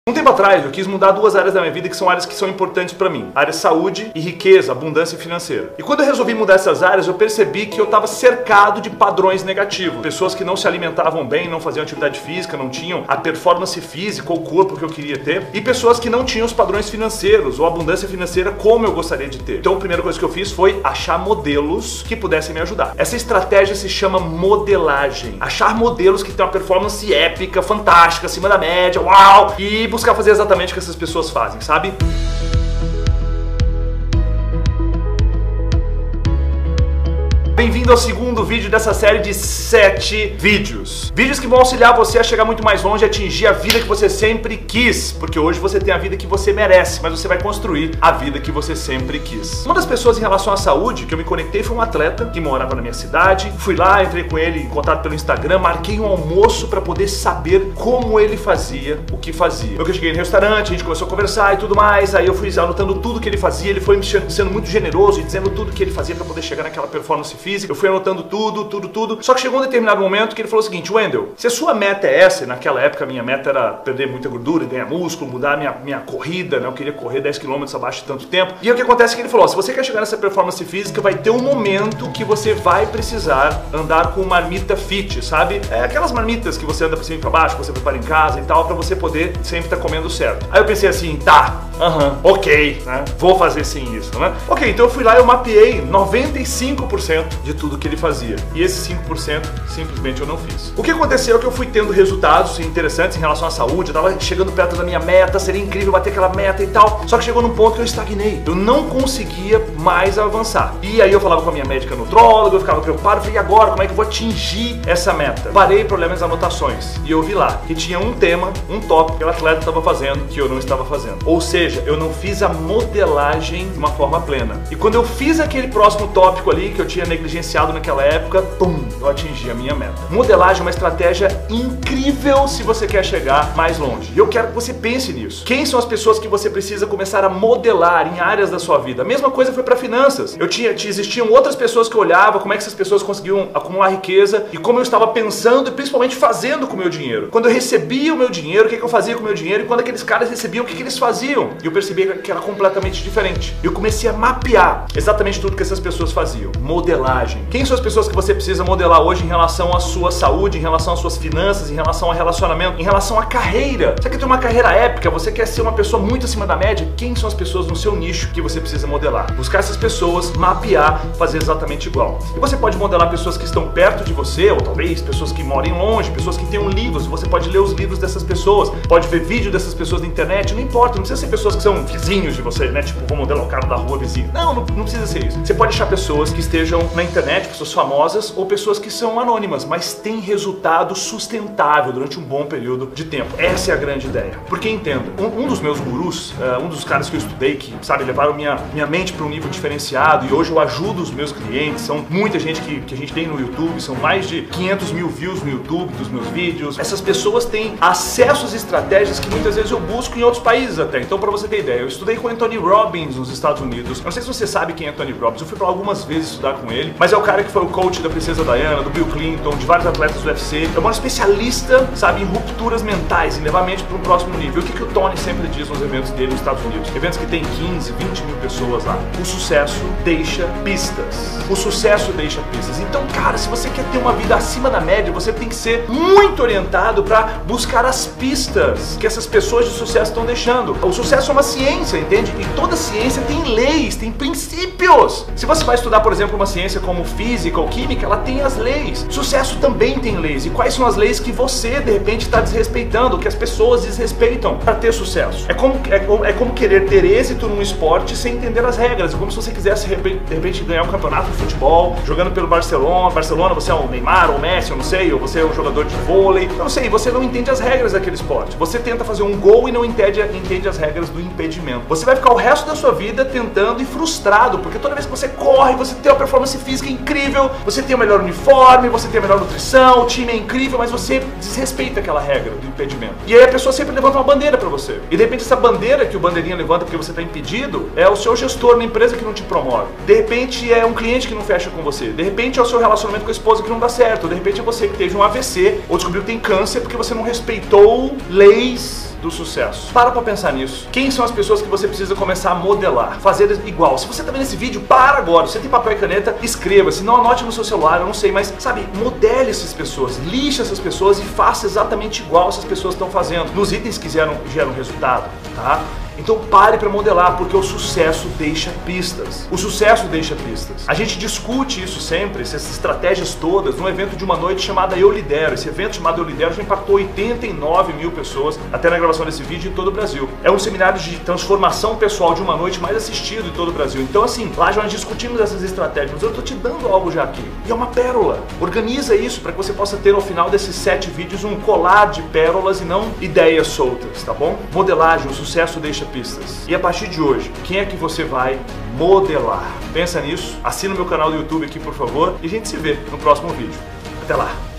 Um tempo atrás eu quis mudar duas áreas da minha vida que são áreas que são importantes pra mim. A área saúde e riqueza, abundância financeira. E quando eu resolvi mudar essas áreas, eu percebi que eu estava cercado de padrões negativos. Pessoas que não se alimentavam bem, não faziam atividade física, não tinham a performance física ou o corpo que eu queria ter. E pessoas que não tinham os padrões financeiros ou abundância financeira como eu gostaria de ter. Então a primeira coisa que eu fiz foi achar modelos que pudessem me ajudar. Essa estratégia se chama modelagem. Achar modelos que têm uma performance épica, fantástica, acima da média, uau! E buscar fazer exatamente o que essas pessoas fazem, sabe? Bem-vindo ao segundo vídeo dessa série de 7 vídeos. Vídeos que vão auxiliar você a chegar muito mais longe e atingir a vida que você sempre quis. Porque hoje você tem a vida que você merece, mas você vai construir a vida que você sempre quis. Uma das pessoas em relação à saúde que eu me conectei foi um atleta que morava na minha cidade. Fui lá, entrei com ele em contato pelo Instagram, marquei um almoço para poder saber como ele fazia o que fazia. Eu cheguei no restaurante, a gente começou a conversar e tudo mais. Aí eu fui anotando tudo que ele fazia. Ele foi sendo muito generoso e dizendo tudo que ele fazia para poder chegar naquela performance física. Eu fui anotando tudo. Só que chegou um determinado momento que ele falou o seguinte: Wendel, se a sua meta é essa, e naquela época a minha meta era perder muita gordura, ganhar músculo, mudar minha corrida, né? Eu queria correr 10 km abaixo de tanto tempo. E aí o que acontece é que ele falou: se você quer chegar nessa performance física, vai ter um momento que você vai precisar andar com marmita fit, sabe? É aquelas marmitas que você anda pra cima e pra baixo, que você prepara em casa e tal, pra você poder sempre estar comendo certo. Aí eu pensei assim, ok, né? Vou fazer sim isso, né? Ok, então eu fui lá e eu mapeei 95% de tudo que ele fazia. E esse 5% simplesmente eu não fiz. O que aconteceu é que eu fui tendo resultados interessantes em relação à saúde, eu tava chegando perto da minha meta, seria incrível bater aquela meta e tal. Só que chegou num ponto que eu estagnei. Eu não conseguia mais avançar. E aí eu falava com a minha médica nutróloga, eu ficava preocupado, falei, e agora? Como é que eu vou atingir essa meta? Parei para olhar minhas anotações e eu vi lá que tinha um tema, um tópico que o atleta estava fazendo que eu não estava fazendo. Ou seja, eu não fiz a modelagem de uma forma plena. E quando eu fiz aquele próximo tópico ali que eu tinha negligenciado naquela época, eu atingi a minha meta. Modelagem é uma estratégia incrível se você quer chegar mais longe. E eu quero que você pense nisso. Quem são as pessoas que você precisa começar a modelar em áreas da sua vida? A mesma coisa foi para finanças. Existiam outras pessoas que eu olhava como é que essas pessoas conseguiam acumular riqueza e como eu estava pensando e principalmente fazendo com o meu dinheiro. Quando eu recebia o meu dinheiro, o que eu fazia com o meu dinheiro, e quando aqueles caras recebiam, o que eles faziam? E eu percebi que era completamente diferente. Eu comecei a mapear exatamente tudo que essas pessoas faziam. Modelagem. Quem são as pessoas que você precisa modelar hoje em relação à sua saúde, em relação às suas finanças, em relação ao relacionamento, em relação à carreira? Você quer ter uma carreira épica? Você quer ser uma pessoa muito acima da média? Quem são as pessoas no seu nicho que você precisa modelar? Buscar essas pessoas, mapear, fazer exatamente igual. E você pode modelar pessoas que estão perto de você, ou talvez pessoas que morem longe, pessoas que tenham livros. Você pode ler os livros dessas pessoas, pode ver vídeo dessas pessoas na internet, não importa, não precisa ser pessoas que são vizinhos de você, né? Tipo, vou modelar o cara da rua vizinho. Não precisa ser isso. Você pode achar pessoas que estejam na internet, pessoas famosas ou pessoas que são anônimas, mas têm resultado sustentável durante um bom período de tempo. Essa é a grande ideia. Porque entenda, um dos meus gurus, um dos caras que eu estudei, que, sabe, levaram minha mente para um nível diferenciado, e hoje eu ajudo os meus clientes, são muita gente que a gente tem no YouTube, são mais de 500 mil views no YouTube dos meus vídeos. Essas pessoas têm acesso às estratégias que muitas vezes eu busco em outros países até. Então, para você ter ideia, eu estudei com Anthony Robbins nos Estados Unidos. Eu não sei se você sabe quem é Anthony Robbins, eu fui para algumas vezes estudar com ele, mas é o cara que foi o coach da Princesa Diana, do Bill Clinton, de vários atletas do UFC. É um especialista, sabe, em rupturas mentais, em levar a mente para um próximo nível. O que o Tony sempre diz nos eventos dele nos Estados Unidos? Eventos que tem 15, 20 mil pessoas lá. O sucesso deixa pistas. O sucesso deixa pistas. Então, cara, se você quer ter uma vida acima da média, você tem que ser muito orientado para buscar as pistas que essas pessoas de sucesso estão deixando. O sucesso é uma ciência, entende? E toda ciência tem leis, tem princípios. Se você vai estudar, por exemplo, uma ciência como física ou química, ela tem as leis. Sucesso também tem leis. E quais são as leis que você, de repente, está desrespeitando, que as pessoas desrespeitam para ter sucesso? É como querer ter êxito num esporte sem entender as regras. É como se você quisesse, de repente, ganhar um campeonato de futebol, jogando pelo Barcelona, você é o Neymar ou o Messi, eu não sei, ou você é um jogador de vôlei, eu não sei, você não entende as regras daquele esporte. Você tenta fazer um gol e não entende as regras do impedimento. Você vai ficar o resto da sua vida tentando e frustrado, porque toda vez que você corre, você tem uma performance física incrível, você tem o melhor uniforme, você tem a melhor nutrição, o time é incrível, mas você desrespeita aquela regra do impedimento. E aí a pessoa sempre levanta uma bandeira pra você. E de repente essa bandeira que o bandeirinha levanta porque você tá impedido, é o seu gestor na empresa que não te promove. De repente é um cliente que não fecha com você. De repente é o seu relacionamento com a esposa que não dá certo. De repente é você que teve um AVC ou descobriu que tem câncer porque você não respeitou leis do sucesso. Para pra pensar nisso. Quem são as pessoas que você precisa começar a modelar? Fazer igual. Se você tá vendo esse vídeo, para agora. Se você tem papel e caneta, escreva. Se não, anote no seu celular, eu não sei, mas sabe, modele essas pessoas, lixe essas pessoas e faça exatamente igual essas pessoas estão fazendo. Nos itens que geram resultado, tá? Então pare para modelar, porque o sucesso deixa pistas. O sucesso deixa pistas. A gente discute isso sempre, essas estratégias todas, num evento de uma noite chamada Eu Lidero. Esse evento chamado Eu Lidero já impactou 89 mil pessoas, até na gravação desse vídeo, em todo o Brasil. É um seminário de transformação pessoal de uma noite mais assistido em todo o Brasil. Então assim, lá já nós discutimos essas estratégias, mas eu tô te dando algo já aqui. E é uma pérola. Organiza isso para que você possa ter ao final desses 7 vídeos um colar de pérolas e não ideias soltas, tá bom? Modelagem, o sucesso deixa pistas. E a partir de hoje, quem é que você vai modelar? Pensa nisso, assina o meu canal do YouTube aqui, por favor, e a gente se vê no próximo vídeo. Até lá!